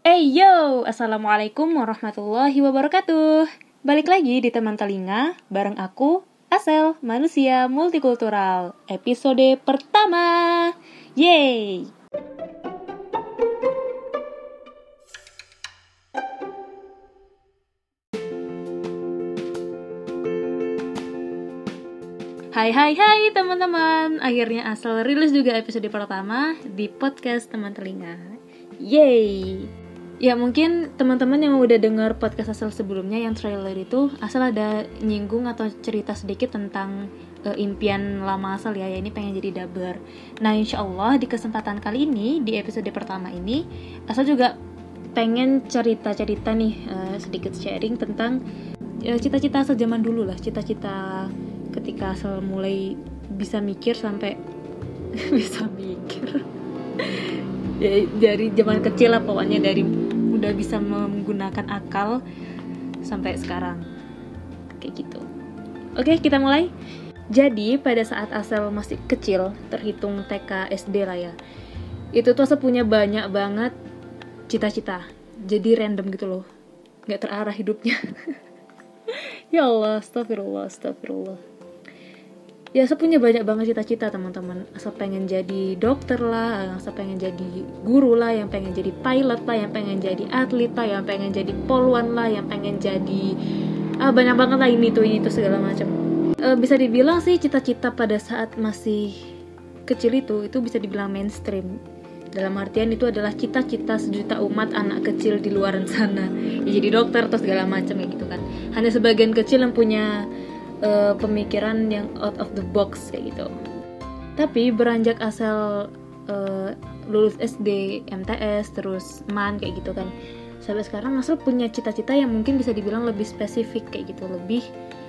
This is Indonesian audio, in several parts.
Yo, assalamualaikum warahmatullahi wabarakatuh. Balik lagi di Teman Telinga, bareng aku, Asel, manusia multikultural. Episode pertama. Yeay. Hai teman-teman. Akhirnya Asel rilis juga episode pertama di podcast Teman Telinga. Yeay. Ya mungkin teman-teman yang udah dengar podcast Asal sebelumnya yang trailer itu, Asal ada nyinggung atau cerita sedikit tentang impian lama Asal ya, ini pengen jadi dubber. Nah insyaallah di kesempatan kali ini, di episode pertama ini, Asal juga pengen cerita-cerita nih, sedikit sharing tentang cita-cita Asal zaman dulu lah, cita-cita ketika Asal mulai bisa mikir sampai bisa mikir ya, dari zaman kecil lah pokoknya, dari udah bisa menggunakan akal sampai sekarang kayak gitu. Oke, kita mulai. Jadi pada saat Asal masih kecil, terhitung TK SD lah ya, itu tuh Asal punya banyak banget cita-cita, jadi random gitu loh, nggak terarah hidupnya. Ya Allah, astagfirullah. Ya, Asal punya banyak banget cita-cita teman-teman. Asal pengen jadi dokter lah, Asal pengen jadi guru lah, yang pengen jadi pilot lah, yang pengen jadi atlet lah, yang pengen jadi polwan lah, yang pengen jadi banyak banget lah, ini tuh segala macam. Bisa dibilang sih cita-cita pada saat masih kecil itu bisa dibilang mainstream. Dalam artian itu adalah cita-cita sejuta umat anak kecil di luar sana. Ya, jadi dokter atau segala macam kayak gitu kan. Hanya sebagian kecil yang punya pemikiran yang out of the box kayak gitu. Tapi beranjak Asal lulus SD, MTS, terus MAN kayak gitu kan, sampai sekarang Asal punya cita-cita yang mungkin bisa dibilang lebih spesifik kayak gitu, lebih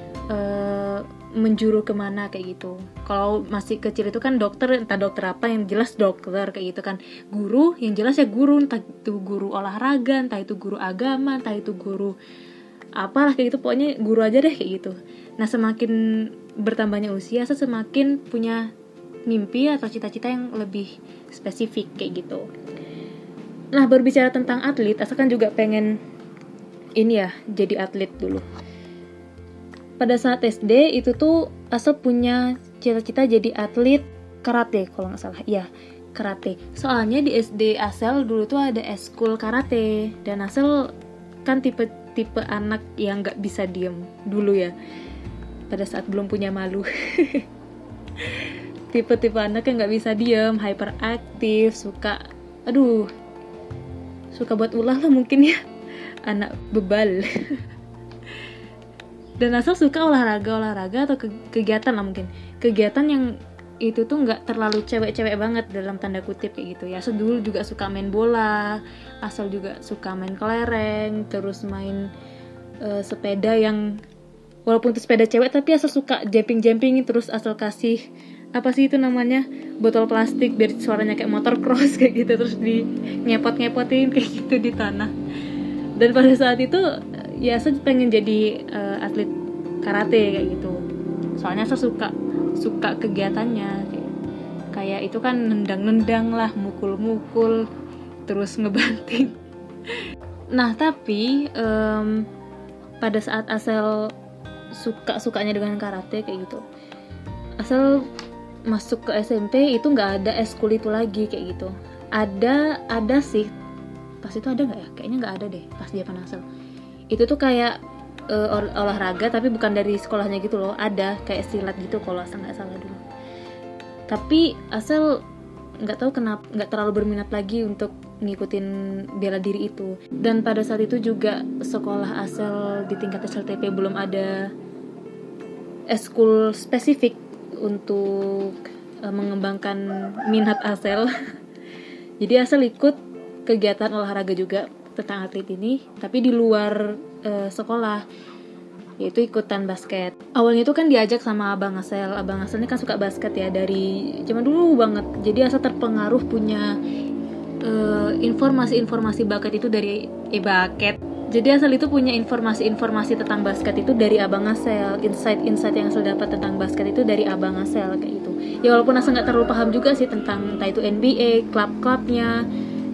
menjuru kemana kayak gitu. Kalau masih kecil itu kan dokter, entah dokter apa, yang jelas dokter kayak gitu kan. Guru, yang jelas ya guru, entah itu guru olahraga, entah itu guru agama, entah itu guru apalah kayak gitu, pokoknya guru aja deh kayak gitu. Nah semakin bertambahnya usia, saya semakin punya mimpi atau cita-cita yang lebih spesifik kayak gitu. Nah berbicara tentang atlet, Asal kan juga pengen ini ya, jadi atlet dulu. Pada saat SD itu tuh Asal punya cita-cita jadi atlet karate kalau nggak salah, iya karate. Soalnya di SD Asal dulu tuh ada eskul karate, dan Asal kan tipe anak yang nggak bisa diem dulu ya, pada saat belum punya malu. tipe anak yang nggak bisa diem, hyperaktif, suka buat ulah lah mungkin ya, anak bebal. Dan Asal suka olahraga atau kegiatan lah, mungkin kegiatan yang itu tuh nggak terlalu cewek-cewek banget dalam tanda kutip kayak gitu ya. Asal dulu juga suka main bola, Asal juga suka main kelereng, terus main sepeda yang walaupun itu sepeda cewek tapi Asal suka jumping, terus Asal kasih apa sih itu namanya, botol plastik biar suaranya kayak motor cross kayak gitu, terus di ngepot-ngepotin kayak gitu di tanah. Dan pada saat itu ya Asal pengen jadi atlet karate kayak gitu, soalnya Asal suka kegiatannya, kayak itu kan nendang lah, mukul terus ngebanting. Nah tapi pada saat Asal sukanya dengan karate kayak gitu, Asal masuk ke SMP itu nggak ada eskul itu lagi kayak gitu. Ada sih pas itu, ada nggak ya, kayaknya nggak ada deh pas dia Asal. Itu tuh kayak olahraga tapi bukan dari sekolahnya gitu loh, ada kayak silat gitu kalau Asal nggak salah dulu. Tapi Asal nggak tahu kenapa nggak terlalu berminat lagi untuk ngikutin bela diri itu. Dan pada saat itu juga sekolah Asal di tingkat SLTP belum ada eskul spesifik untuk mengembangkan minat Asal. Jadi Asal ikut kegiatan olahraga juga tentang atlet ini, tapi di luar sekolah, yaitu ikutan basket. Awalnya itu kan diajak sama Abang Asal ini kan suka basket ya dari zaman dulu banget. Jadi Asal terpengaruh punya informasi bakat itu dari Jadi Asal itu punya informasi tentang basket itu dari Abang Asal. Insight yang Asal dapat tentang basket itu dari Abang Asal kayak gitu. Ya walaupun Asal nggak terlalu paham juga sih tentang entah itu NBA, klub-klubnya,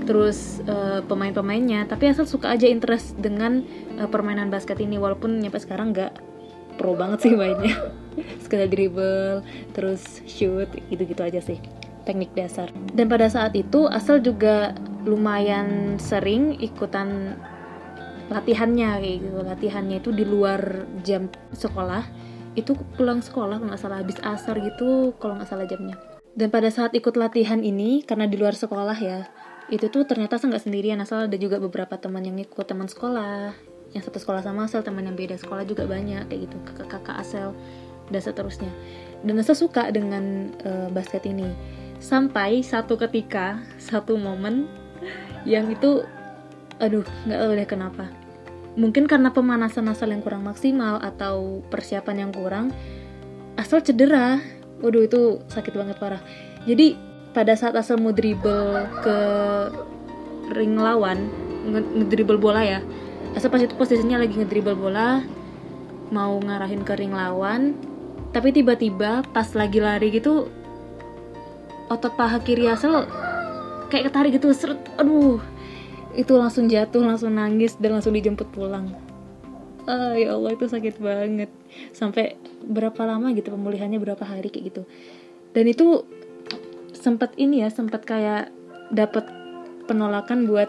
terus pemain-pemainnya, tapi Asal suka aja interest dengan permainan basket ini, walaupun nyampe sekarang nggak pro banget sih mainnya. Sekedar dribble, terus shoot, gitu-gitu aja sih, teknik dasar. Dan pada saat itu Asal juga lumayan sering ikutan latihannya kayak gitu. Latihannya itu di luar jam sekolah. Itu pulang sekolah kalau nggak salah, habis asar gitu kalau nggak salah jamnya. Dan pada saat ikut latihan ini, karena di luar sekolah ya, itu tuh ternyata Asal nggak sendirian. Asal ada juga beberapa teman yang ikut, teman sekolah yang satu sekolah sama Asal, teman yang beda sekolah juga banyak kayak gitu, kakak-kakak Asal dan seterusnya. Dan Asal suka dengan basket ini sampai satu ketika, satu momen yang itu aduh nggak tahu deh kenapa, mungkin karena pemanasan Asal yang kurang maksimal atau persiapan yang kurang, Asal cedera. Waduh, itu sakit banget parah. Jadi pada saat Asal mau dribble ke ring lawan, ngedribble bola ya, Asal pas itu posisinya lagi ngedribble bola, mau ngarahin ke ring lawan, tapi tiba-tiba pas lagi lari gitu, otot paha kiri Asal kayak ketarik gitu, seret, aduh, itu langsung jatuh, langsung nangis, dan langsung dijemput pulang. Ya Allah, itu sakit banget. Sampai berapa lama gitu pemulihannya, berapa hari kayak gitu. Dan itu sempat kayak dapat penolakan buat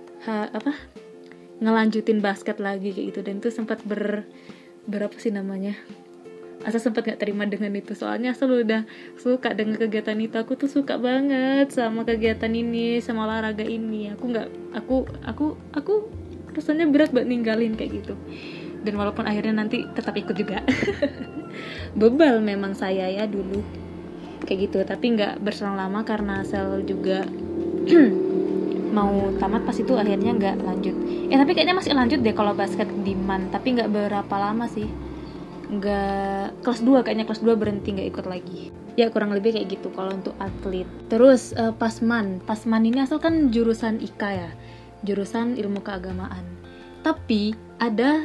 ngelanjutin basket lagi kayak gitu. Dan itu sempat berapa sih namanya, Asal sempat gak terima dengan itu, soalnya Asal udah suka dengan kegiatan itu. Aku tuh suka banget sama kegiatan ini, sama olahraga ini. Aku rasanya berat buat ninggalin kayak gitu. Dan walaupun akhirnya nanti tetap ikut juga. Bebal memang saya ya dulu kayak gitu, tapi nggak berselang lama karena Asal juga mau tamat pas itu, akhirnya nggak lanjut. Tapi kayaknya masih lanjut deh kalau basket di MAN, tapi nggak berapa lama sih, nggak, kelas 2 kayaknya, kelas 2 berhenti, nggak ikut lagi ya, kurang lebih kayak gitu kalau untuk atlet. Terus pas MAN ini Asal kan jurusan IKA ya, jurusan ilmu keagamaan, tapi ada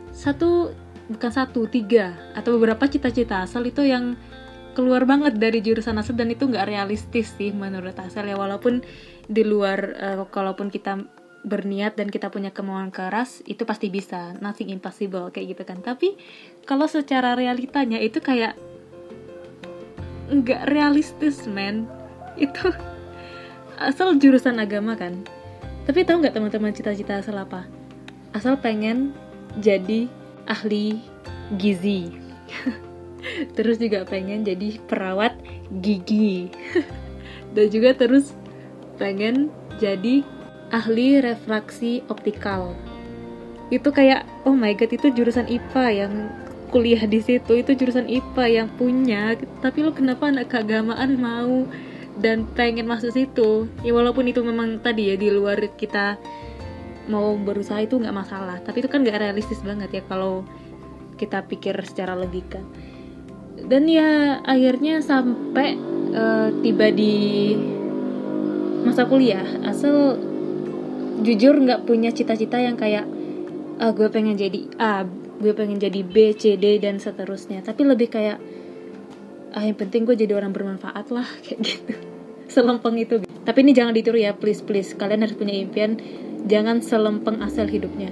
3 atau beberapa cita-cita Asal itu yang keluar banget dari jurusan Asal, dan itu nggak realistis sih menurut Asal ya. Walaupun di luar, kalaupun kita berniat dan kita punya kemauan keras, itu pasti bisa, nothing impossible kayak gitu kan. Tapi kalau secara realitanya itu kayak nggak realistis, men. Itu Asal jurusan agama kan, tapi tahu nggak teman-teman cita-cita Asal apa? Asal pengen jadi ahli gizi. Terus juga pengen jadi perawat gigi. Dan juga terus pengen jadi ahli refraksi optikal. Itu kayak, oh my god, itu jurusan IPA yang kuliah di situ, itu jurusan IPA yang punya. Tapi lo kenapa anak keagamaan mau dan pengen masuk situ? Ya walaupun itu memang tadi ya di luar kita mau berusaha, itu nggak masalah, tapi itu kan nggak realistis banget ya kalau kita pikir secara logika. Dan ya akhirnya sampai tiba di masa kuliah, Asal jujur nggak punya cita-cita yang kayak gue pengen jadi A, gue pengen jadi B, C, D dan seterusnya, tapi lebih kayak yang penting gue jadi orang bermanfaat lah kayak gitu. Selempeng itu. Tapi ini jangan ditiru ya, please, kalian harus punya impian. Jangan selempeng Asal hidupnya.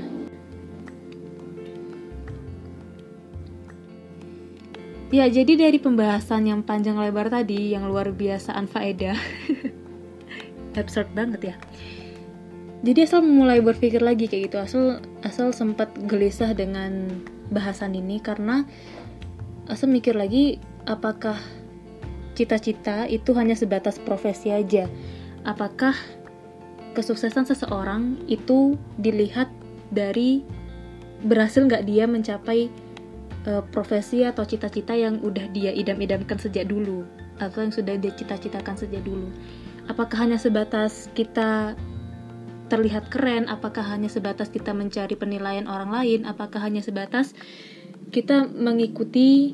Ya, jadi dari pembahasan yang panjang lebar tadi, yang luar biasa anfaedah, absurd banget ya. Jadi Asal mulai berpikir lagi kayak gitu. Asal sempat gelisah dengan bahasan ini karena Asal mikir lagi, apakah cita-cita itu hanya sebatas profesi aja? Apakah kesuksesan seseorang itu dilihat dari berhasil nggak dia mencapai profesi atau cita-cita yang udah dia idam-idamkan sejak dulu, atau yang sudah dia cita-citakan sejak dulu? Apakah hanya sebatas kita terlihat keren? Apakah hanya sebatas kita mencari penilaian orang lain? Apakah hanya sebatas kita mengikuti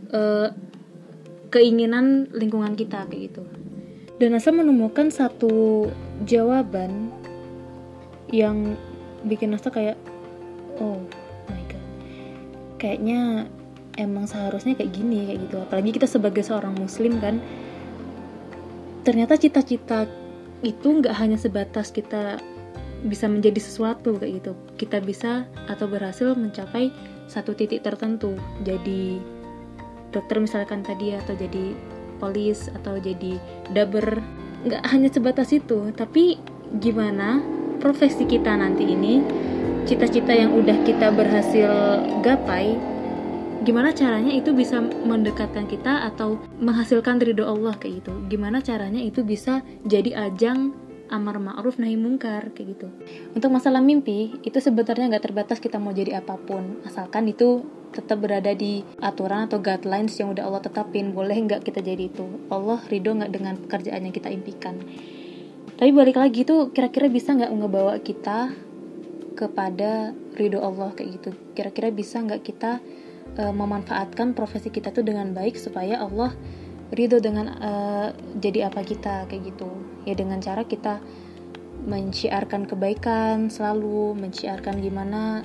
keinginan lingkungan kita kayak gitu? Dan Asal menemukan satu jawaban yang bikin Asal kayak, oh my god, kayaknya emang seharusnya kayak gini, kayak gitu. Apalagi kita sebagai seorang muslim kan, ternyata cita-cita itu nggak hanya sebatas kita bisa menjadi sesuatu kayak gitu. Kita bisa atau berhasil mencapai satu titik tertentu, jadi dokter misalkan tadi, atau jadi polis, atau jadi dabber. Nggak hanya sebatas itu, tapi gimana profesi kita nanti ini, cita-cita yang udah kita berhasil gapai, gimana caranya itu bisa mendekatkan kita atau menghasilkan ridho Allah kayak gitu. Gimana caranya itu bisa jadi ajang amar ma'ruf nahi mungkar kayak gitu. Untuk masalah mimpi itu sebenarnya nggak terbatas kita mau jadi apapun, asalkan itu tetap berada di aturan atau guidelines yang udah Allah tetapin. Boleh nggak kita jadi itu, Allah ridho nggak dengan pekerjaan yang kita impikan. Tapi balik lagi tuh, kira-kira bisa nggak ngebawa kita kepada ridho Allah kayak gitu. Kira-kira bisa nggak kita memanfaatkan profesi kita tuh dengan baik supaya Allah ridho dengan jadi apa kita kayak gitu. Ya dengan cara kita menciarkan kebaikan, selalu menciarkan gimana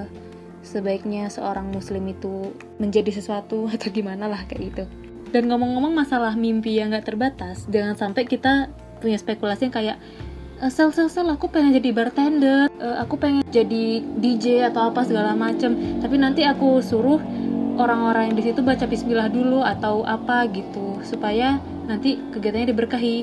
sebaiknya seorang muslim itu menjadi sesuatu atau gimana lah kayak gitu. Dan ngomong-ngomong masalah mimpi yang gak terbatas, jangan sampai kita punya spekulasi yang kayak sel aku pengen jadi bartender, aku pengen jadi DJ atau apa segala macem, tapi nanti aku suruh orang-orang yang di situ baca bismillah dulu atau apa gitu supaya nanti kegiatannya diberkahi.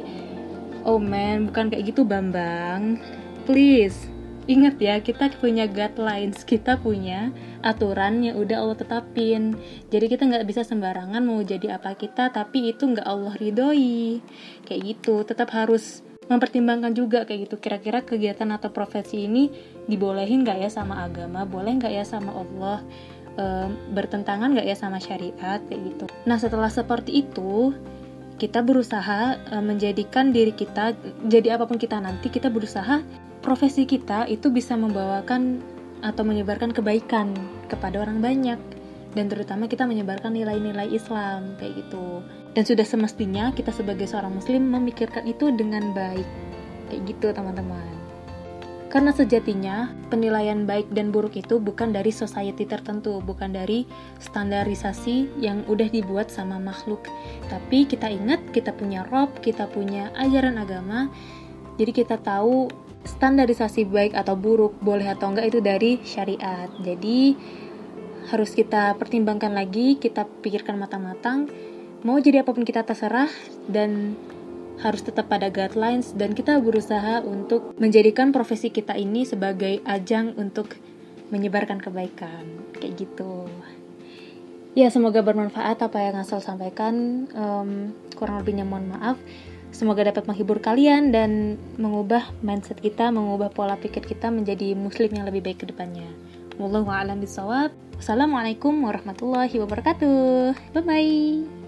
Oh man, bukan kayak gitu Bambang. Please, ingat ya, kita punya guidelines, kita punya aturan yang udah Allah tetapin. Jadi kita nggak bisa sembarangan mau jadi apa kita, tapi itu nggak Allah ridhoi. Kayak gitu, tetap harus mempertimbangkan juga kayak gitu. Kira-kira kegiatan atau profesi ini dibolehin nggak ya sama agama, boleh nggak ya sama Allah, bertentangan nggak ya sama syariat kayak gitu. Nah setelah seperti itu, kita berusaha menjadikan diri kita, jadi apapun kita nanti, kita berusaha profesi kita itu bisa membawakan atau menyebarkan kebaikan kepada orang banyak, dan terutama kita menyebarkan nilai-nilai Islam kayak gitu. Dan sudah semestinya kita sebagai seorang muslim memikirkan itu dengan baik kayak gitu teman-teman. Karena sejatinya penilaian baik dan buruk itu bukan dari society tertentu, bukan dari standarisasi yang udah dibuat sama makhluk. Tapi kita ingat, kita punya Rob, kita punya ajaran agama. Jadi kita tahu standarisasi baik atau buruk, boleh atau enggak itu dari syariat. Jadi harus kita pertimbangkan lagi, kita pikirkan matang-matang. Mau jadi apapun kita terserah, dan harus tetap pada guidelines, dan kita berusaha untuk menjadikan profesi kita ini sebagai ajang untuk menyebarkan kebaikan kayak gitu. Ya semoga bermanfaat apa yang Asal sampaikan, kurang lebihnya mohon maaf. Semoga dapat menghibur kalian dan mengubah mindset kita, mengubah pola pikir kita menjadi muslim yang lebih baik ke depannya. Wallahu a'lam bishawab. Wassalamualaikum warahmatullahi wabarakatuh. Bye bye.